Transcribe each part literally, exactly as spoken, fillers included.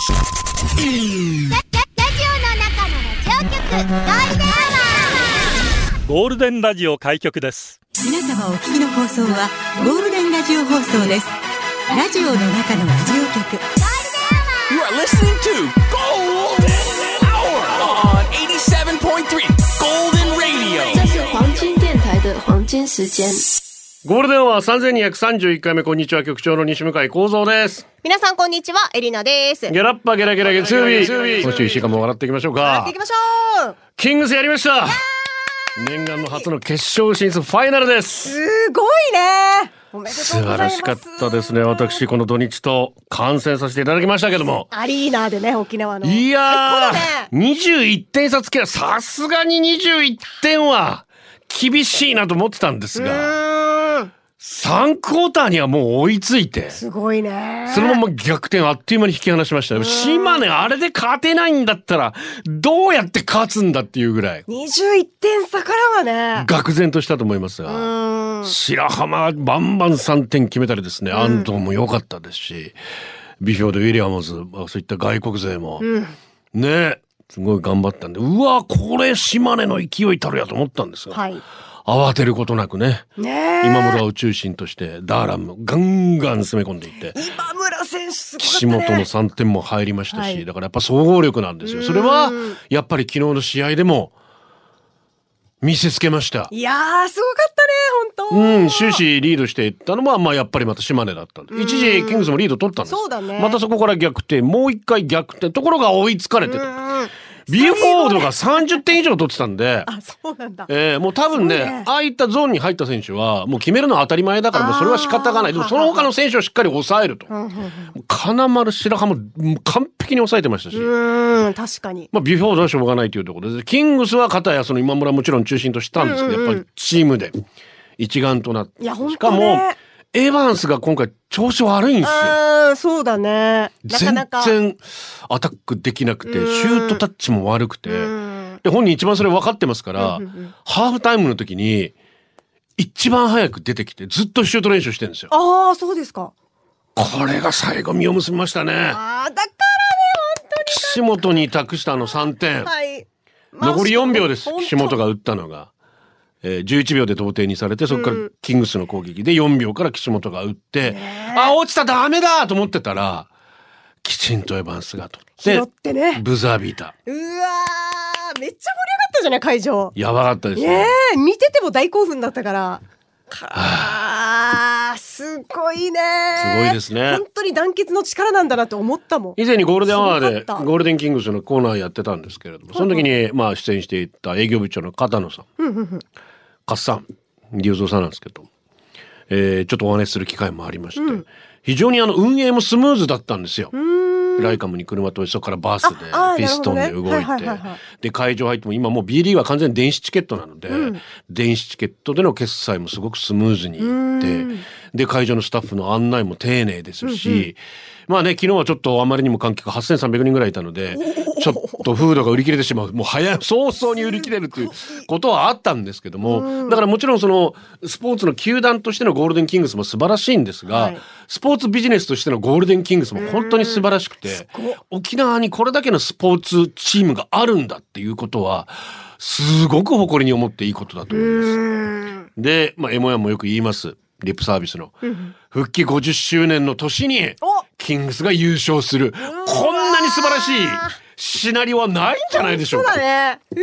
ゴールデンラジオ開局です。 皆様お聞きの放送はゴールデンラジオ放送です。ラジオの中のラジオ局 You are listening to Golden Hour on エイティセブンポイントスリー Golden Radio。 这是黄金電台的黄金時間。 ゴールデンはさんぜんにひゃくさんじゅういっかいめ。こんにちは、局長の西向井光三です。 皆さんこんにちは、エリナです。 ゲラッパゲラゲラ月曜日、今週いっしゅうかんも笑っていきましょうか。 笑っていきましょう。 キングスやりました。念願の初の決勝進出ファイナルです。 すごいね。おめでとうございます。 素晴らしかったですね。私この土日と観戦させていただきましたけども、 アリーナでね、沖縄の。 いやー、 ね、 にじゅういってん差つけはさすがににじゅういってんは厳しいなと思ってたんですが、さんクォーターにはもう追いついて、 すごいね。 そのまま逆転あっという間に引き離しました。島根あれで勝てないんだったらどうやって勝つんだっていうぐらいにじゅういってん差からはね、 愕然としたと思いますが、白浜バンバンさんてん決めたりですね、安藤も良かったですし、ビフォード・ウィリアムズ、そういった外国勢も、うん、ねすごい頑張ったんで、うわこれ島根の勢いたるやと思ったんですが、はい、慌てることなく ね, ね今村を中心としてダーラムガンガン攻め込んでいって、 今村選手すごかったね。 岸本のさんてんも入りましたし、はい、だからやっぱ総合力なんですよ。それはやっぱり昨日の試合でも見せつけました。 いやーすごかったね、本当。 うん、終始リードしていったのは、まあやっぱりまた島根だったんで、一時キングスもリード取ったんです。 そうだね。 またそこから逆転、もう一回逆転、ところが追いつかれてた。ビュフォードがさんじゅってん以上取ってたんで、 あ、そうなんだ。 えー、もう多分 ね, ねああいったゾーンに入った選手はもう決めるのは当たり前だから、もうそれは仕方がない。でもその他の選手をしっかり抑えると、金丸白浜も完璧に抑えてましたし、 うん、確かに、 まあ、ビュフォードはしょうがないというところで、キングスは片やその今村もちろん中心としたんですけど、やっぱりチームで一丸となって、 いや本当ね、 しかもエヴァンスが今回調子悪いんですよ。 あ、そうだね。なかなか全然アタックできなくて、シュートタッチも悪くて、で本人一番それ分かってますから、ハーフタイムの時に一番早く出てきてずっとシュート練習してるんですよ。 ああ、そうですか。 これが最後実を結びましたね。 ああ、だからね、本当に岸本に託したあのさんてん、はい、残りよんびょうです。岸本が打ったのがえー、じゅういちびょうで同点にされて、そこからキングスの攻撃でよんびょうから岸本が打って、うん、あ落ちたダメだと思ってたらきちんとエヴァンスが取って拾ってね、 ブザービーター。 うわー、めっちゃ盛り上がったじゃない、会場。 やばかったですね。 ねえ、見てても大興奮だったから。あー、すごいね。 すごいですね。 本当に団結の力なんだなと思ったもん。 以前にゴールデンアワーでゴールデンキングスのコーナーやってたんですけれども、その時にまあ出演していた営業部長の片野さん、うんうんうん、カッサン龍造さんなんですけど、えー、ちょっとお話しする機会もありまして、うん、非常にあの運営もスムーズだったんですよ。ライカムに車とそこからバスでピストンで動いて、で会場入っても今もう B リーグは完全に電子チケットなので、うん、電子チケットでの決済もすごくスムーズにいって、で会場のスタッフの案内も丁寧ですし、うんうん、まあね、昨日はちょっとあまりにも観客はっせんさんびゃくにんぐらいいたので、ちょっとフードが売り切れてしまう、もう早い早々に売り切れるっていうことはあったんですけども、だからもちろんそのスポーツの球団としてのゴールデンキングスも素晴らしいんですが、はい、スポーツビジネスとしてのゴールデンキングスも本当に素晴らしくて、沖縄にこれだけのスポーツチームがあるんだっていうことはすごく誇りに思っていいことだと思います。で、まあ、エムワン もよく言いますリップサービスの、うん、復帰ごじゅっしゅうねんの年にキングスが優勝する、こんなに素晴らしいシナリオはないんじゃないでしょうか。 そうだね。う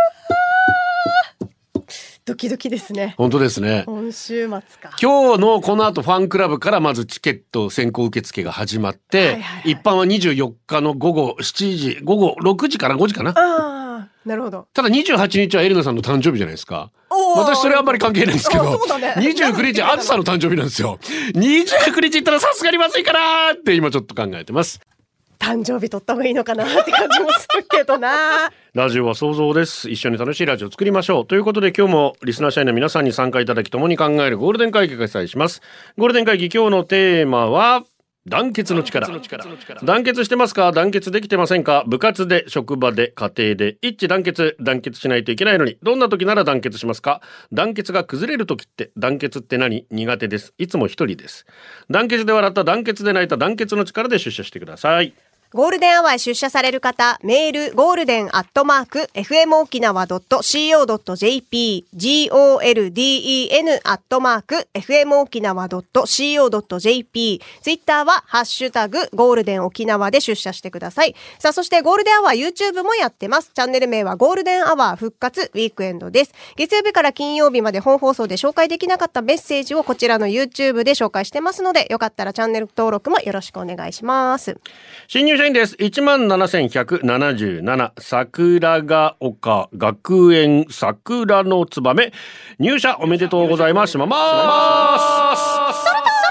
ドキドキですね。 本当ですね。 今週末か。 今日のこの後ファンクラブからまずチケット先行受付が始まって、はいはいはい、一般はにじゅうよっかの午後しちじ、午後ろくじからごじかな。 あ、なるほど。 ただにじゅうはちにちはエレナさんの誕生日じゃないですか。私それはあんまり関係ないんですけど、ね、にじゅうくにちはあずさの誕生日なんですよ。にじゅうくにち行ったらさすがにまずいかなって今ちょっと考えてます。 誕生日取った方がいいのかなって感じもするけどな。 ラジオは想像です。一緒に楽しいラジオを作りましょうということで、今日もリスナー社員の皆さんに参加いただき共に考えるゴールデン会議が開催します。ゴールデン会議、今日のテーマは団結の力。団結してますか？団結できてませんか？部活で、職場で、家庭で一致団結。団結しないといけないのにどんな時なら団結しますか？団結が崩れる時って、団結って何？苦手です。いつも一人です。団結で笑った、団結で泣いた、団結の力で出社してください。 ゴールデンアワーへ出社される方、メール、ゴールデンアットマーク、エフエム 沖縄 ドット シーオー ドット ジェーピー、ゴールデン アットマーク、エフエム 沖縄 ドット シーオー ドット ジェーピー、ツイッターは、ハッシュタグ、ゴールデン沖縄で出社してください。さあ、そしてゴールデンアワー YouTube もやってます。チャンネル名はゴールデンアワー復活ウィークエンドです。月曜日から金曜日まで本放送で紹介できなかったメッセージをこちらの YouTube で紹介してますので、よかったらチャンネル登録もよろしくお願いします。 新入社員です。いちまんななせんひゃくななじゅうなな、桜ヶ丘学園桜の燕、入社おめでとうございます。しまます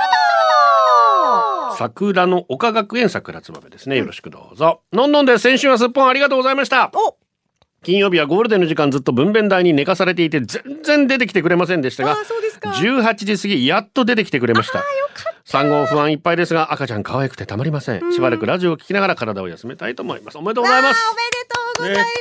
桜の丘学園桜燕ですね。よろしくどうぞ。のんのんです。先週はすっぽんありがとうございました。 お金曜日はゴールデンの時間ずっと分娩台に寝かされていて全然出てきてくれませんでしたが、 あーそうですか。 じゅうはちじ過ぎやっと出てきてくれました。産後不安いっぱいですが赤ちゃん可愛くてたまりません。しばらくラジオを聞きながら体を休めたいと思います。おめでとうございます。 おめでとうございます。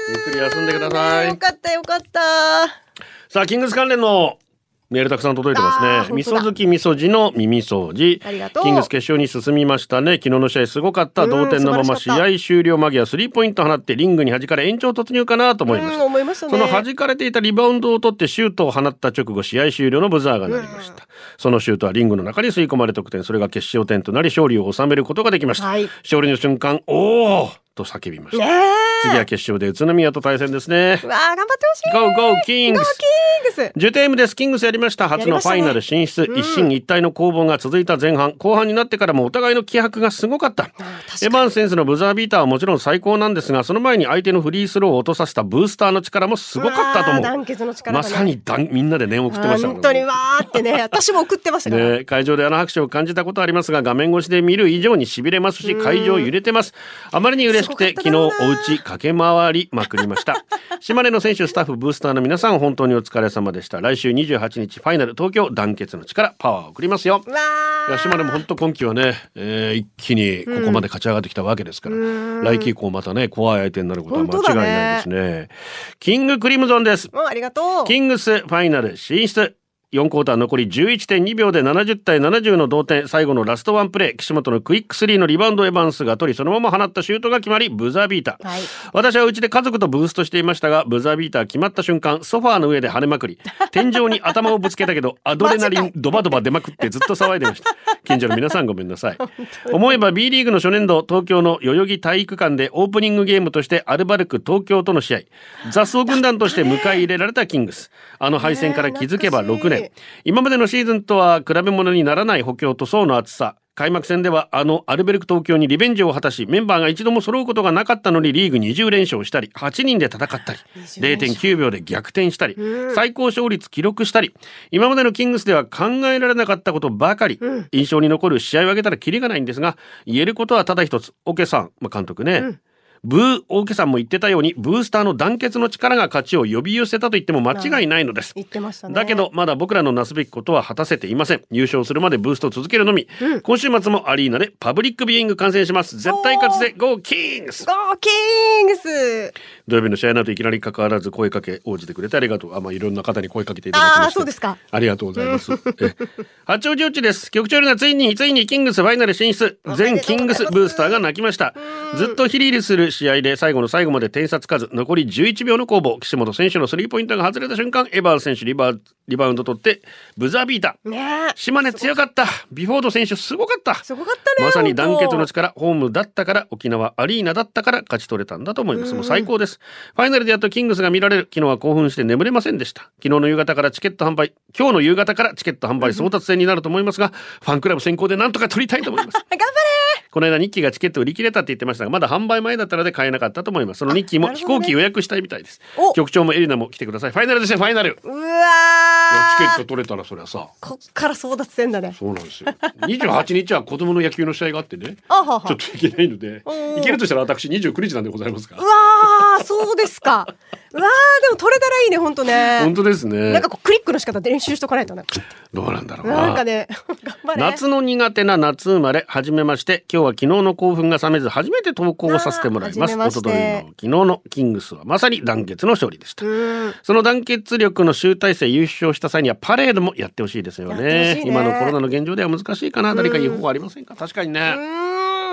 ね、ゆっくり休んでください。 よかったよかった。 さあキングス関連のメールたくさん届いてますね。みそ好きみそじの耳掃除。 ありがとう。 キングス決勝に進みましたね。昨日の試合すごかった。同点のまま試合終了間際スリーポイント放ってリングに弾かれ延長突入かなと思いました。 思いましたね。 その弾かれていたリバウンドを取ってシュートを放った直後試合終了のブザーが鳴りました。そのシュートはリングの中に吸い込まれ得点、それが決勝点となり勝利を収めることができました。 はい、 勝利の瞬間、おーと叫びました。 ね、 次は決勝で宇都宮と対戦ですね。 うわー頑張ってほしい。 ゴーゴーキングス。 ゴーキングス。 じゅうテームです。キングスやりました。初のファイナル進出、ね、一進一退の攻防が続いた前半、後半になってからもお互いの気迫がすごかった。エヴァンス選手のブザービーターはもちろん最高なんですが、その前に相手のフリースローを落とさせたブースターの力もすごかったと思う。 団結の力がね、 まさにだんみんなで念を送ってましたから、ね、 本当にわーってね、私も送ってましたから、 ね、会場であの拍手を感じたことありますが、画面越しで見る以上に痺れますし、会場揺れてます。あまりに嬉しくて昨日お家駆け回りまくりました。島根の選手スタッフブースターの皆さん本当にお疲れ様でした。来週にじゅうはちにちファイナル東京団結の力パワーを送りますよ。いや島根も本当今季はね、えー、一気にここまで勝ち上がってきたわけですから、うん、来季以降またね怖い相手になることは間違いないですね。キングクリムゾンです。 ありがとう。 キングスファイナル進出。よんクォーター残り じゅういってんにびょうでななじゅうたいななじゅうの同点。最後のラストワンプレー、岸本のクイックスリーのリバウンドエヴァンスが取りそのまま放ったシュートが決まりブザービーター、はい、私はうちで家族とブーストしていましたがブザービーター決まった瞬間ソファーの上で跳ねまくり天井に頭をぶつけたけどアドレナリンドバドバ出まくってずっと騒いでました。近所の皆さんごめんなさい。思えば B リーグの初年度東京の代々木体育館でオープニングゲームとしてアルバルク東京との試合、雑草軍団として迎え入れられたキングス。あの敗戦から気づけばろくねん、今までのシーズンとは比べ物にならない補強と層の厚さ。開幕戦ではあのアルベルク東京にリベンジを果たしメンバーが一度も揃うことがなかったのにリーグにじゅうれんしょうしたりはちにんで戦ったり れいてんきゅうびょうで逆転したり最高勝率記録したり、今までのキングスでは考えられなかったことばかり、印象に残る試合を挙げたらキリがないんですが、言えることはただ一つ。オケさん、まあ、監督ね、うんブーオーケさんも言ってたようにブースターの団結の力が勝ちを呼び寄せたと言っても間違いないのです。 言ってましたね。 だけどまだ僕らのなすべきことは果たせていません。優勝するまでブーストを続けるのみ、うん、今週末もアリーナでパブリックビューイング観戦します。絶対勝つでゴーキングス。 ゴーキングス。土曜日の試合などいきなり関わらず声かけ応じてくれてありがとう。あ、まあ、いろんな方に声かけていただきまして、あ、 そうですか。 ありがとうございます。え八王子うちです。局長がついについにキングスファイナル進出。全キングスブースターが泣きました。ずっとヒリヒリする試合で最後の最後まで点差つかず残りじゅういちびょうの攻防、岸本選手のスリーポイントが外れた瞬間エヴァン選手リバリバウンド取ってブザービーター、ね、島根強かった。ビフォード選手すごかった。 すごかったね。 まさに団結の力。ホームだったから沖縄アリーナだったから勝ち取れたんだと思います。もう最高です。ファイナルでやっとキングスが見られる。昨日は興奮して眠れませんでした。昨日の夕方からチケット販売今日の夕方からチケット販売争奪戦になると思いますが、ファンクラブ先行でなんとか取りたいと思います。 頑張れ。 この間ニッキーがチケット売り切れたって言ってましたがまだ販売前だったので買えなかったと思います。そのニッキーも飛行機予約したいみたいです。局長もエリナも来てください。ファイナルですね。ファイナル。 うわチケット取れたらそりゃさこっから争奪戦だね。 そうなんですよ。にじゅうはちにちは子供の野球の試合があってねあははちょっといけないので行けるとしたら私にじゅうくにちなんでございますが。 うわーそうですか。うわーでも取れたらいいね。本当ね。 本当ですね。 なんかこうクリックの仕方で練習しとかないとね。 どうなんだろうな。 なんかね頑張れ。 夏の苦手な夏生まれはじめまして。今日は昨日の興奮が冷めず初めて投稿をさせてもらいます。おとといの昨日のキングスはまさに団結の勝利でした。その団結力の集大成優勝した際にはパレードもやってほしいですよ ね, ね今のコロナの現状では難しいかな。誰かいい方法ありませんか。確かにね。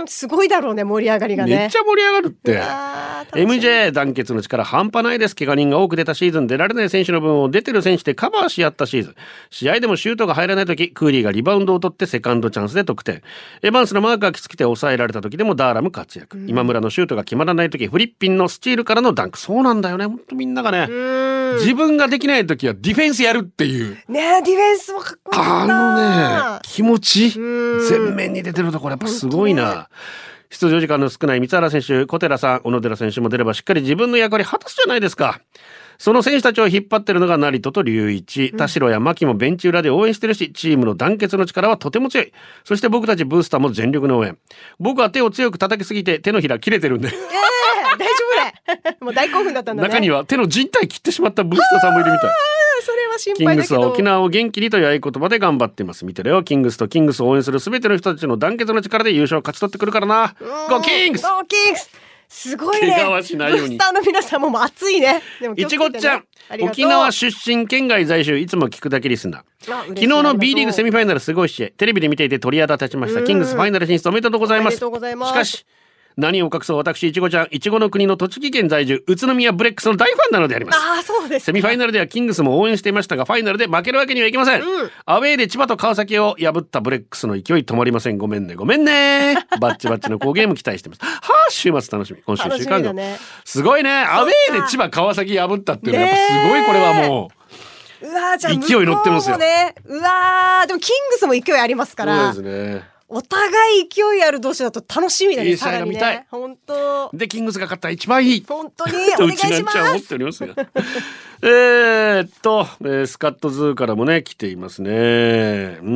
ーすごいだろうね、盛り上がりがね。 めっちゃ盛り上がるって。エムジェー 団結の力半端ないです。怪我人が多く出たシーズン、出られない選手の分を出てる選手でカバーし合ったシーズン。試合でもシュートが入らない時、クーリーがリバウンドを取ってセカンドチャンスで得点。エヴァンスのマークがきつくて抑えられた時でもダーラム活躍、うん、今村のシュートが決まらない時、フリッピンのスチールからのダンク。そうなんだよね、本当みんながね、自分ができない時はディフェンスやるっていうね。ディフェンスもかっこいいな。 あのね、気持ち全面に出てるところやっぱすごいな。出場時間の少ない三原選手、小寺さん、小野寺選手も出ればしっかり自分の役割果たすじゃないですか。その選手たちを引っ張ってるのが成戸と龍一、田代や牧もベンチ裏で応援してるし、チームの団結の力はとても強い。そして僕たちブースターも全力の応援。僕は手を強く叩きすぎて手のひら切れてるんで、えー、 大丈夫ねもう大興奮だったんだね。 中には手の靭帯切ってしまったブースターさんもいるみたい。 それは心配だけど、 キングスは沖縄を元気にという合言葉で頑張っています。見てるよ、キングスとキングスを応援する全ての人たちの団結の力で優勝を勝ち取ってくるからな。ゴーキングス、 ゴーキングス、すごいね。 怪我はしないように。 ブースターの皆さんももう熱いね。 いちごちゃん、沖縄出身、県外在住、いつも聞くだけリスナー。昨日の B リーグセミファイナルすごい試合、テレビで見ていて鳥肌立ちました。キングスファイナル進出おめでとうございます。しかし何を隠そう、私いちごちゃん、いちごの国の栃木県在住、宇都宮ブレックスの大ファンなのであります。 あ、そうです。 セミファイナルではキングスも応援していましたが、ファイナルで負けるわけにはいきません、うん、アウェーで千葉と川崎を破ったブレックスの勢い止まりません。ごめんねごめんねバッチバッチの好ゲーム期待してます。はあ、週末楽しみ。今週週間後、ね、すごいね。アウェーで千葉川崎破ったっていうのはやっぱすごい。これはもう、 うわ、じゃあ勢い乗ってますよ、 ね、うわ、でもキングスも勢いありますから。 そうですね。 お互い勢いある同士だと楽しみだね。いい試合が見たい。本当。 でキングスが勝ったら一番いい。 本当にお願いします。うちなんちゃ思っておりますがえーっと、えー、スカットズーからもね来ていますね。うん。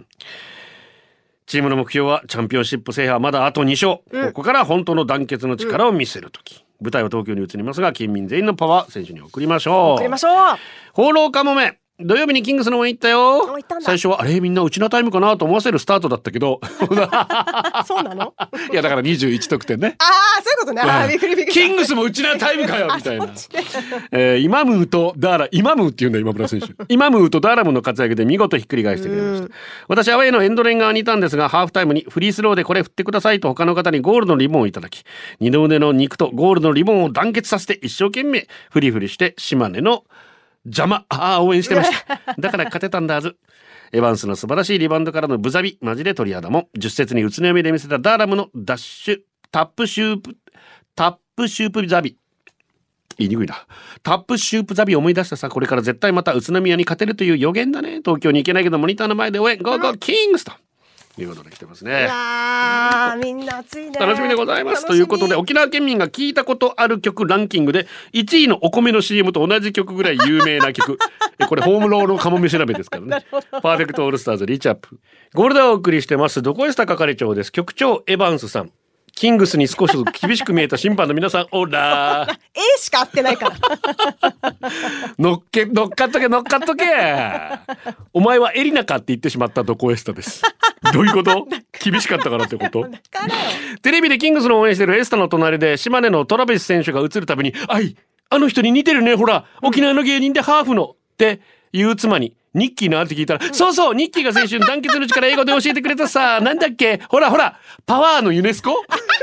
チームの目標はチャンピオンシップ制覇まだあとに勝、うん、ここから本当の団結の力を見せるとき、うん、舞台は東京に移りますが、近民全員のパワー選手に送りましょう。 送りましょう。 放浪かもめ、土曜日にキングスの応援行ったよ。最初はあれみんなうちなタイムかなと思わせるスタートだったけどそうなのいやだからにじゅういち得点ね。 ああ、そういうことね。あ、びっくりびっくり。 キングスもうちなタイムかよみたいな、えー、イマムーとダーラ、イマムーって言うんだ今村選手イマムーとダーラムの活躍で見事ひっくり返してくれました。私アウェイのエンドレン側にいたんですが、ハーフタイムにフリースローでこれ振ってくださいと他の方にゴールのリボンをいただき、二の腕の肉とゴールのリボンを団結させて一生懸命フリフリして島根の邪魔、ああ応援してましただから勝てたんだはず。エヴァンスの素晴らしいリバウンドからのブザビ、マジで鳥肌もじゅっ節に宇都宮で見せたダーラムのダッシュタップシュープタップシュープザビ、言いにくいな。タップシュープザビ思い出したさ。これから絶対また宇都宮に勝てるという予言だね。東京に行けないけどモニターの前で応援、ゴーゴーキングスということで来てますね。 いやみんな熱いね。 楽しみでございます。ということで沖縄県民が聞いたことある曲ランキングでいちいのお米の シーエム と同じ曲ぐらい有名な曲これホームローのカモメ調べですからねパーフェクトオールスターズリーチアップゴールドをお送りしてます。どこへした係長です。局長エヴァンスさん、キングスに少し厳しく見えた審判の皆さん、オラー A しか合ってないから乗っけ乗っかっとけ乗っかっとけお前はエリナかって言ってしまったドコエスタです。どういうこと？厳しかったからってこと？テレビでキングスの応援してるエスタの隣で島根のトラビス選手が映るたびに、あいあの人に似てるね、ほら沖縄の芸人でハーフのって言う妻に、ニッキーなって聞いたら、うん、そうそうニッキーが先週団結の力英語で教えてくれたさなんだっけ、ほらほらパワーのユネスコ惜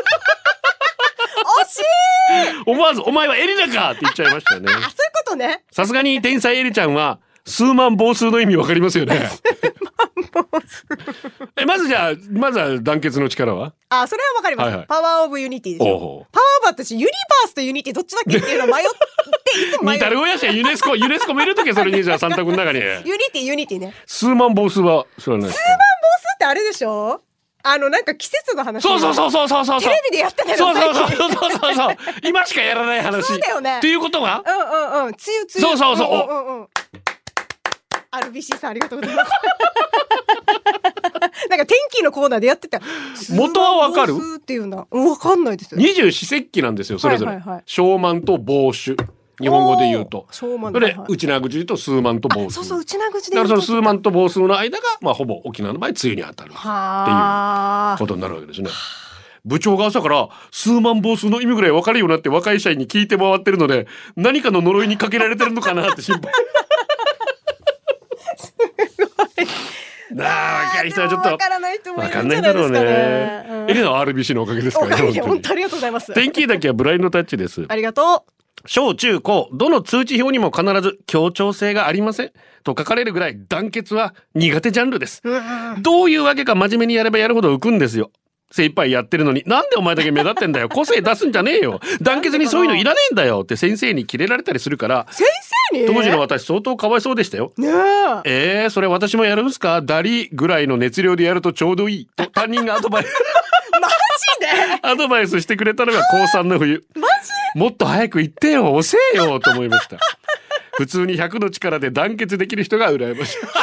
しい思わずお前はエリナかって言っちゃいましたね。 あ、そういうことね。 さすがに天才エリちゃんは数万房数の意味わかりますよねえ、まずじゃあまずは団結の力は、 あ、それはわかります、はいはい、パワーオブユニティでしょ。パワーオブ、私ユニバースとユニティどっちだっけっていうの迷っていつも迷う。似たる親しやユネスコユネスコ見るときそれにじゃあ三択の中にユニティユニティね。 数万房数は知らないですか。 数万房数ってあれでしょ、あのなんか季節の話。 そうそうそうそうそうそう。テレビでやってたよ。 そうそうそうそうそうそう。今しかやらない話。 そうだよね。 っていうことは？ うんうんうん。つゆつゆ。 そうそうそう。 うんうんうん。アールビーシー さんありがとうございます。なんか天気のコーナーでやってた。 元はわかる？ っていうんだ。わかんないですよ。 二十四節気なんですよそれぞれ。小満と房主。日本語で言うと、それで内名口で言うと数万と房数。 そうそう、内名口で言うとだからその数万と房数の間がまあほぼ沖縄の場合梅雨に当たるっていうことになるわけですね。部長が朝から数万房数の意味ぐらい分かるようになって若い社員に聞いて回ってるので、何かの呪いにかけられてるのかなって心配なあ、若い人はちょっとわからない人もいわかるんんないんだじゃないですろうね。 かね。うんエリナは アールビーシー のおかげですからおかげで本当に本当ありがとうございます。 天気だけはブラインドタッチです。 ありがと小中高どの通知表にも必ず協調性がありませんと書かれるぐらい団結は苦手ジャンルです。 う。うんどういうわけか真面目にやればやるほど浮くんですよ。精一杯やってるのになんでお前だけ目立ってんだよ、個性出すんじゃねえよ、団結にそういうのいらねえんだよって先生にキレられたりするから、 先生に当時の私相当かわいそうでしたよ。 ねえ。 えー、それ私もやるんすか、ダリぐらいの熱量でやるとちょうどいいと担任がアドバイスマジでアドバイスしてくれたのが高さんの冬。 マジもっと早く言ってよ、遅えよと思いました。普通にひゃくの力で団結できる人が羨ましい。 そんな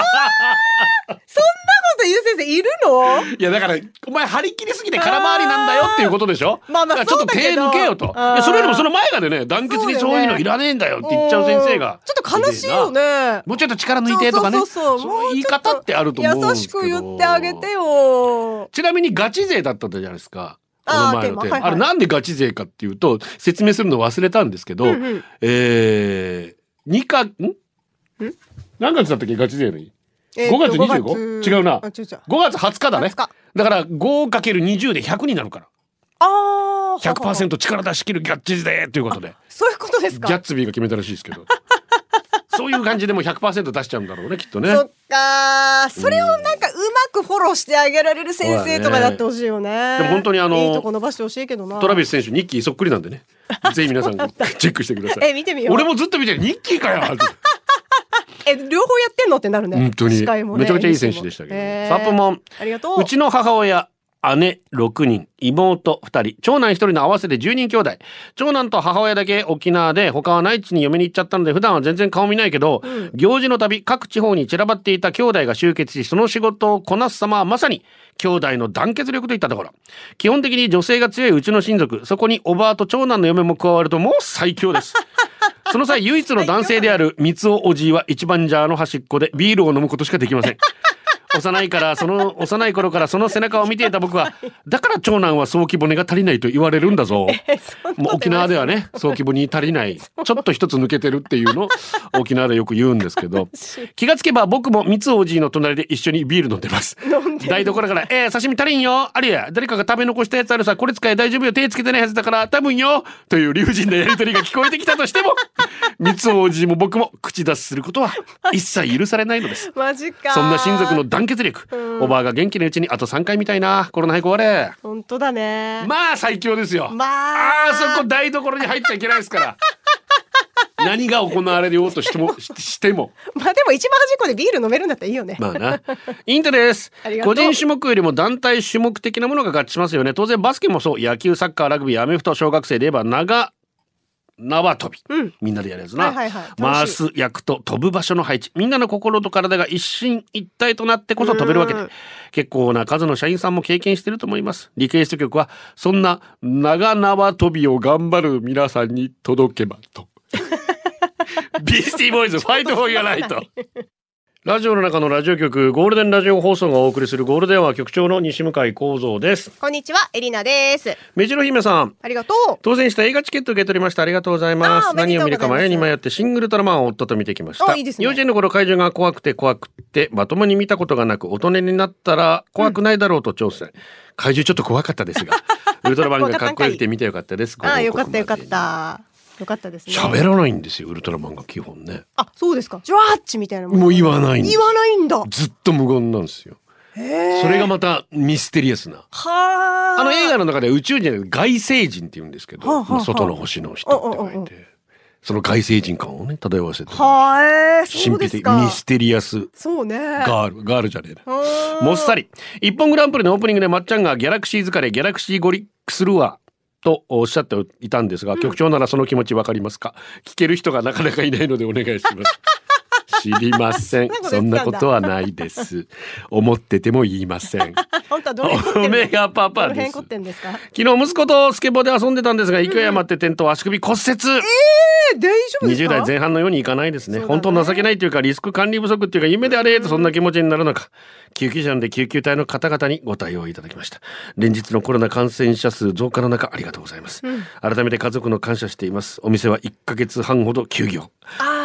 こと言う先生いるの？ いやだからお前張り切りすぎて空回りなんだよっていうことでしょ。 まあまあだからちょっと手抜けよと。いやそれよりもその前がでね、団結にそういうのいらねえんだよって言っちゃう先生が、 ちょっと悲しいよね。 もうちょっと力抜いてとかね、 そうそうそうそうそういう言い方ってあると思うんですけど、 優しく言ってあげてよ。 ちなみにガチ勢だったじゃないですか、こあーの前のテーマ、 テーマはいはいあれなんでガチ勢かっていうと説明するの忘れたんですけど、 うんうん、 えー、にかん何月だったっけガチ勢の日、 えーとごがつにじゅうご？ ごがつ違うなあ違う違うごがつはつかだね。 はつかだから ごかけるにじゅう でひゃくになるからあーひゃくパーセント 力出し切るガッチ勢ということで、 そういうことですか。 ギャッツビーが決めたらしいですけどそういう感じでもう ひゃくパーセント 出しちゃうんだろうねきっとね。 そっかー、それをなんかうまくフォローしてあげられる先生とかだってほしいよね。 でも本当にあのいいとこ伸ばしてほしいけどな。 トラビス選手ニッキーそっくりなんでねぜひ皆さんチェックしてください。 え見てみよう。 俺もずっと見てるニッキーかよえ両方やってんのってなるね。 本当に司会もねめちゃくちゃいい選手でしたけど、 えーサップモンありがとう。 うちの母親姉ろくにん妹ふたり長男ひとりの合わせてじゅうにん兄弟、長男と母親だけ沖縄で他は内地に嫁に行っちゃったので普段は全然顔見ないけど、うん、行事のたび各地方に散らばっていた兄弟が集結しその仕事をこなす様はまさに兄弟の団結力といったところ。基本的に女性が強いうちの親族、そこにおばあと長男の嫁も加わるともう最強ですその際唯一の男性である三尾おじいは一番ジャーの端っこでビールを飲むことしかできません幼いからその幼い頃からその背中を見ていた僕はだから長男は早期骨が足りないと言われるんだぞ。もう沖縄ではね早期骨に足りないちょっと一つ抜けてるっていうのを沖縄でよく言うんですけど気がつけば僕も三尾おじいの隣で一緒にビール飲んでます。台所からえー、刺身足りんよあれや誰かが食べ残したやつあるさこれ使え大丈夫よ手つけてないやつだから多分よという理不尽なやり取りが聞こえてきたとしても三尾おじいも僕も口出しすることは一切許されないのです。 マジか。 そんな親族の団結力、うん、おばあが元気なうちにあとさんかいみたいなコロナ早く終われ。 本当だね。まあ最強ですよ。 まああそこ台所に入っちゃいけないですから何が行われようとしてもしてもまあでも一番端っこでビール飲めるんだったらいいよね。 まあな。インテです個人種目よりも団体種目的なものが合致しますよね。当然バスケもそう、野球サッカーラグビーアメフト、小学生で言えば長縄跳び、うん、みんなでやるやつな、はいはいはい、回す役と飛ぶ場所の配置、みんなの心と体が一心一体となってこそ飛べるわけで、結構な数の社員さんも経験していると思います。リクエスト曲はそんな長縄跳びを頑張る皆さんに届けばとビースティーボーイズファイトフォーユアライトラジオの中のラジオ局ゴールデンラジオ放送がお送りするゴールデンは局長の西向井光三です。 こんにちはエリナです。 目白姫さんありがとう。 当選した映画チケット受け取りました。ありがとうございます。何を見るか迷いに迷ってシングルトラマンを夫と見てきました。いいですね、幼稚園の頃怪獣が怖くて怖くてまともに見たことがなく大人になったら怖くないだろうと挑戦、うん、怪獣ちょっと怖かったですがウルトラマンがかっこよくて見てよかったです。 ああよかったよかったよかったですね。 喋らないんですよウルトラマンが基本ね。 あそうですか。ジョワッチみたいなももう言わないんです。 言わないんだ。 ずっと無言なんですよ。それがまたミステリアスな。はあの映画の中で宇宙人じゃなくて外星人って言うんですけど、はあはあ、まあ、外の星の人って書いて、その外星人感をね漂わせて、は神秘的ミステリアスそうねガールガールじゃねえなもっさり。一本グランプリのオープニングでまっちゃんがギャラクシー疲れギャラクシーゴリックスルアーとおっしゃっていたんですが、うん、局長ならその気持ちわかりますか。聞ける人がなかなかいないのでお願いします知りませんそんなことはないです思ってても言いません本当はどれ凝ってんの。 オメガパパです。 どの辺凝ってんですか。 昨日息子とスケボーで遊んでたんですが勢い余って転倒足首骨折、えー、 大丈夫ですか。 にじゅう代前半のようにいかないです ね, ね本当情けないというかリスク管理不足というか夢であれとそんな気持ちになるのか、救急車で救急隊の方々にご対応いただきました。連日のコロナ感染者数増加の中ありがとうございます、うん、改めて家族の感謝しています。お店はいっかげつはんほど休業。あ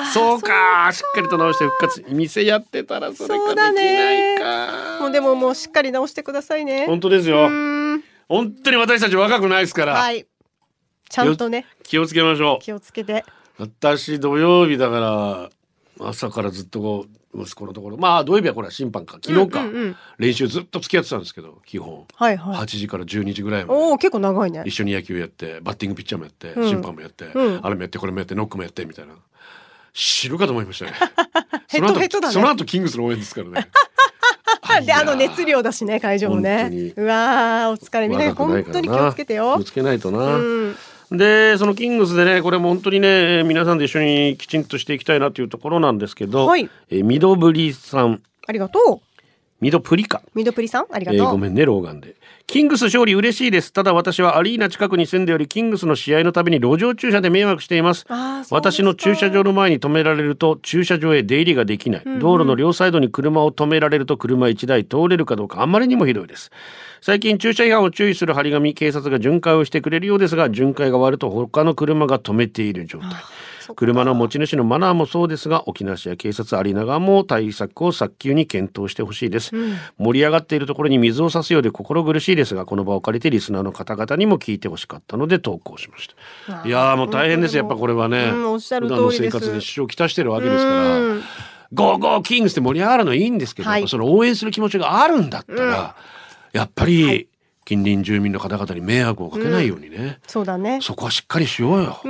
そうか、しっかりと直して復活。店やってたらそれができないか。 もうでももうしっかり直してくださいね。 本当ですよ。本当に私たち若くないですから、はい、 ちゃんとね気をつけましょう。 気をつけて。 私土曜日だから朝からずっとこう息子のところ、まあ土曜日はこれは審判か昨日か、うんうんうん、練習ずっと付き合ってたんですけど、基本、はいはい、はちじからじゅうにじぐらいまで。 おー、結構長いね。 一緒に野球やってバッティングピッチャーもやって、うん、審判もやって、うん、あれもやってこれもやってノックもやってみたいな、知るかと思いましたね。 ヘッドヘッドだね。 その後キングスの応援ですからね。 であの熱量だしね、会場もね。うわー、お疲れ。みんな本当に気をつけてよ。 気をつけないとな、うん、でそのキングスでね、これも本当にね皆さんで一緒にきちんとしていきたいなというところなんですけど、はい、えミドブリさん、 ありがとう。 ミドプリか。 ミドプリさん、ありがとう。 えー、ごめんね、老眼で。キングス勝利嬉しいです。ただ私はアリーナ近くに住んでおり、キングスの試合のたびに路上駐車で迷惑しています。私の駐車場の前に止められると駐車場へ出入りができない、うんうん、道路の両サイドに車を止められると車いちだい通れるかどうかあんまりにもひどいです。最近駐車違反を注意する張り紙、警察が巡回をしてくれるようですが、巡回が終わると他の車が止めている状態。車の持ち主のマナーもそうですが、沖縄市や警察、アリーナ側も対策を早急に検討してほしいです、うん、盛り上がっているところに水を差すようで心苦しいですが、この場を借りてリスナーの方々にも聞いてほしかったので投稿しました。いやーもう大変です、やっぱこれはね、うん、おっしゃる通りです。普段の生活で支障をきたしてるわけですから、ゴーゴーキングスって盛り上がるのいいんですけど、はい、その応援する気持ちがあるんだったら、うん、やっぱり、はい、近隣住民の方々に迷惑をかけないようにね、うん、そうだね、そこはしっかりしようよ。うん、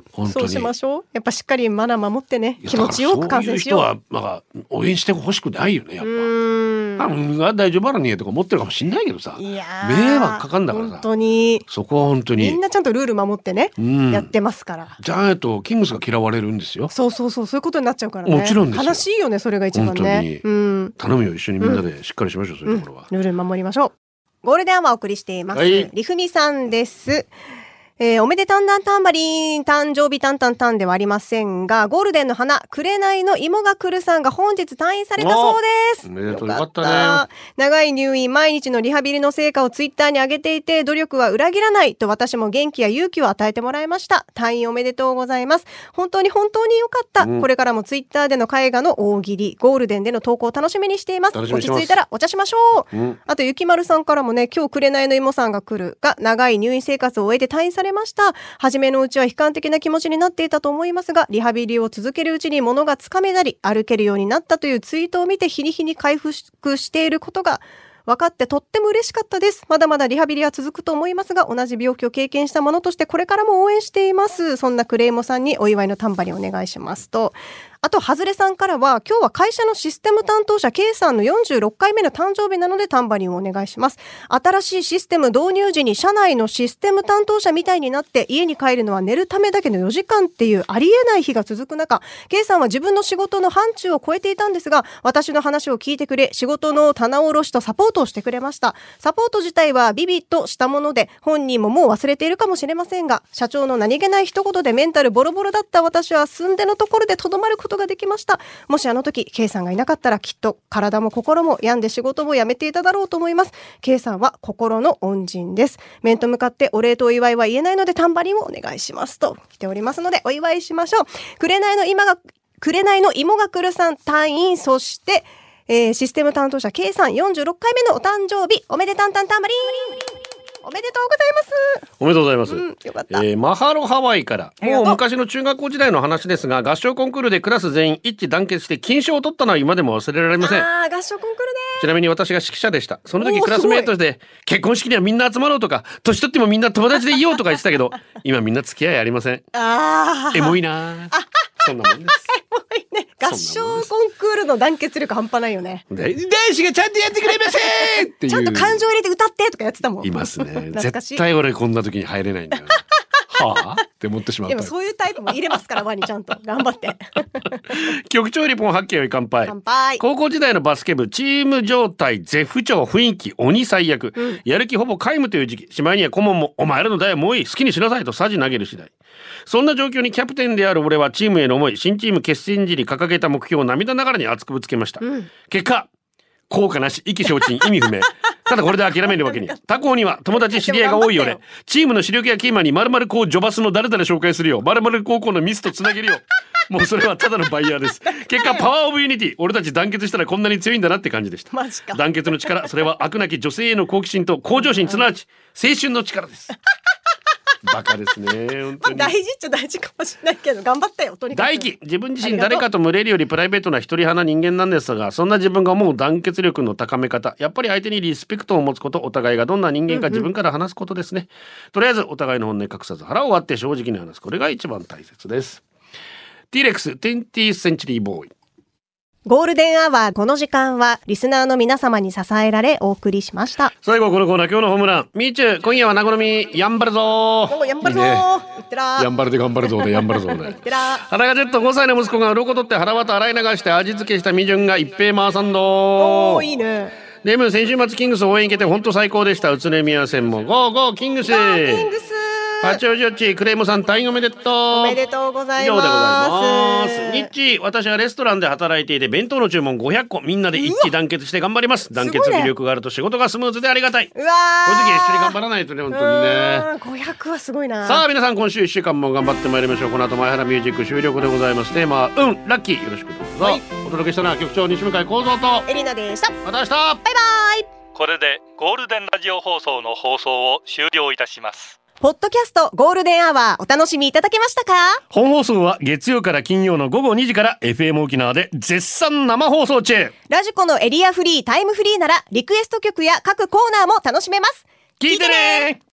本当にそうしましょう。やっぱしっかりマナー守ってね、気持ちよく観戦しよう。そういう人はなんか応援してほしくないよね、やっぱ。うん、あ、大丈夫なのにとか思ってるかもしんないけどさ、いや迷惑かかんだからさ、本当にそこは本当にみんなちゃんとルール守ってね、うん、やってますから。じゃあとキングスが嫌われるんですよ。そうそうそう、そういうことになっちゃうからね。もちろんですよ。悲しいよね、それが一番ね。うん、頼むよ、一緒にみんなでしっかりしましょう、うん、そういうところは、うん、ルール守りましょう。ゴールデンアワーお送りしています、はい、りふみさんです。えー、おめでたんたんたんばりん、誕生日たんたんたんではありませんが、ゴールデンの花、紅の芋が来るさんが本日退院されたそうです。おめでとう、よかったね。長い入院、毎日のリハビリの成果をツイッターに上げていて、努力は裏切らないと私も元気や勇気を与えてもらいました。退院おめでとうございます。本当に本当によかった。うん、これからもツイッターでの絵画の大喜利、ゴールデンでの投稿を楽しみにしています。落ち着いたらお茶しましょう。うん、あと、ゆきまるさんからもね、今日紅の芋さんが来るが、長い入院生活を終えて退院されました。初めのうちは悲観的な気持ちになっていたと思いますが、リハビリを続けるうちに物がつかめたり歩けるようになったというツイートを見て、日に日に回復していることが分かってとっても嬉しかったです。まだまだリハビリは続くと思いますが、同じ病気を経験したものとしてこれからも応援しています。そんなクレイモさんにお祝いのタンバリンお願いしますと。あと、ハズレさんからは、今日は会社のシステム担当者 K さんのよんじゅうろっかいめの誕生日なのでタンバリンをお願いします。新しいシステム導入時に社内のシステム担当者みたいになって家に帰るのは寝るためだけのよじかんっていうありえない日が続く中、K さんは自分の仕事の範疇を超えていたんですが、私の話を聞いてくれ、仕事の棚卸しとサポートをしてくれました。サポート自体はビビッとしたもので、本人ももう忘れているかもしれませんが、社長の何気ない一言でメンタルボロボロだった私は寸出のところでとどまることができました。もしあの時 K さんがいなかったら、きっと体も心も病んで仕事も辞めていただろうと思います。 K さんは心の恩人です。面と向かってお礼とお祝いは言えないのでタンバリンをお願いしますと来ておりますので、お祝いしましょう。紅の今が紅の芋が来るさん退院、そして、えー、システム担当者 K さんよんじゅうろっかいめのお誕生日おめでたんたんたんばりん、おめでとうございます。おめでとうございます。うん、よかった。えー、マハロハワイから、もう昔の中学校時代の話ですが、合唱コンクールでクラス全員一致団結して金賞を取ったのは今でも忘れられません。あー、合唱コンクールね。ちなみに私が指揮者でした。その時クラスメートで結婚式にはみんな集まろうとか、年取ってもみんな友達でいようとか言ってたけど、今みんな付き合いありません。あー、エモいな。そんなもんです。エモいね。合唱コンクールの団結力半端ないよね。男子がちゃんとやってくれませんっていう。ちゃんと感情入れて歌ってとかやってたもん。いますね。絶対俺こんな時に入れないんだよ。はあって思ってしまった。でもそういうタイプも入れますから輪にちゃんと頑張って。局長リポン発見より乾杯。乾杯。高校時代のバスケ部チーム状態絶不調、雰囲気鬼最悪、うん、やる気ほぼ皆無という時期、しまいには顧問もお前らの代はもういい、好きにしなさいとさじ投げる次第。そんな状況にキャプテンである俺はチームへの思い、新チーム結成時に掲げた目標を涙ながらに熱くぶつけました、うん、結果効果なし、意気消沈、意味不明。 ただこれで諦めるわけに。他校には友達知り合いが多いよね。チームの主力やキーマンに丸々こうジョバスの誰々紹介するよ。丸々高校のミスとつなげるよ。もうそれはただのバイヤーです。結果パワーオブユニティ。俺たち団結したらこんなに強いんだなって感じでした。 マジか。 団結の力、それは飽くなき女性への好奇心と向上心、すなわち青春の力です。バカですね本当に。 大事っちゃ大事かもしれないけど頑張ったよ。とにかく大輝、自分自身誰かと群れるよりプライベートな一人派な人間なんですが、そんな自分が思う団結力の高め方、やっぱり相手にリスペクトを持つこと、お互いがどんな人間か自分から話すことですね、うんうん、とりあえずお互いの本音隠さず腹を割って正直に話す、これが一番大切です。 ティーレックス twentieth Century Boy。 ゴールデンアワー、この時間はリスナーの皆様に支えられお送りしました。 最後このコーナー、今日のホームラン。みーちゅう、今夜は名古屋みやんばるぞー。 やんばるぞー、 いいね、 いってらー。 やんばるで頑張るぞーでやんばるぞーで。 いってらー。 腹がジェットごさいの息子が鱗取って腹渡洗い流して味付けしたみじゅんが一平回さんどー。 おー、いいね。 ネーム、先週末キングス応援行けて本当最高でした。宇都宮戦もゴーゴーキングス。 キングス。 八王子よっちクレームさん退院おめでとう。 おめでとうございます。 以上でございます。ニッチ、私はレストランで働いていて弁当の注文ごひゃっこ、みんなで一致団結して頑張ります。団結技力があると仕事がスムーズでありがたい。 うわこの時一緒に頑張らないとね本当にね。 ごひゃくはすごいな。 さあ皆さん、今週いっしゅうかんも頑張ってまいりましょう。この後前原ミュージック終了でございます。テーマはうんラッキー、よろしくどうぞ、はい、お届けしたのは局長西向井光三とエリナでした。 また明日。バイバイ。 これでゴールデンラジオ放送の放送を終了いたします。 ポッドキャストゴールデンアワー、お楽しみいただけましたか？ 本放送は月曜から金曜の午後にじから エフエム 沖縄で絶賛生放送中。 ラジコのエリアフリー、タイムフリーならリクエスト曲や各コーナーも楽しめます。 聞いてね。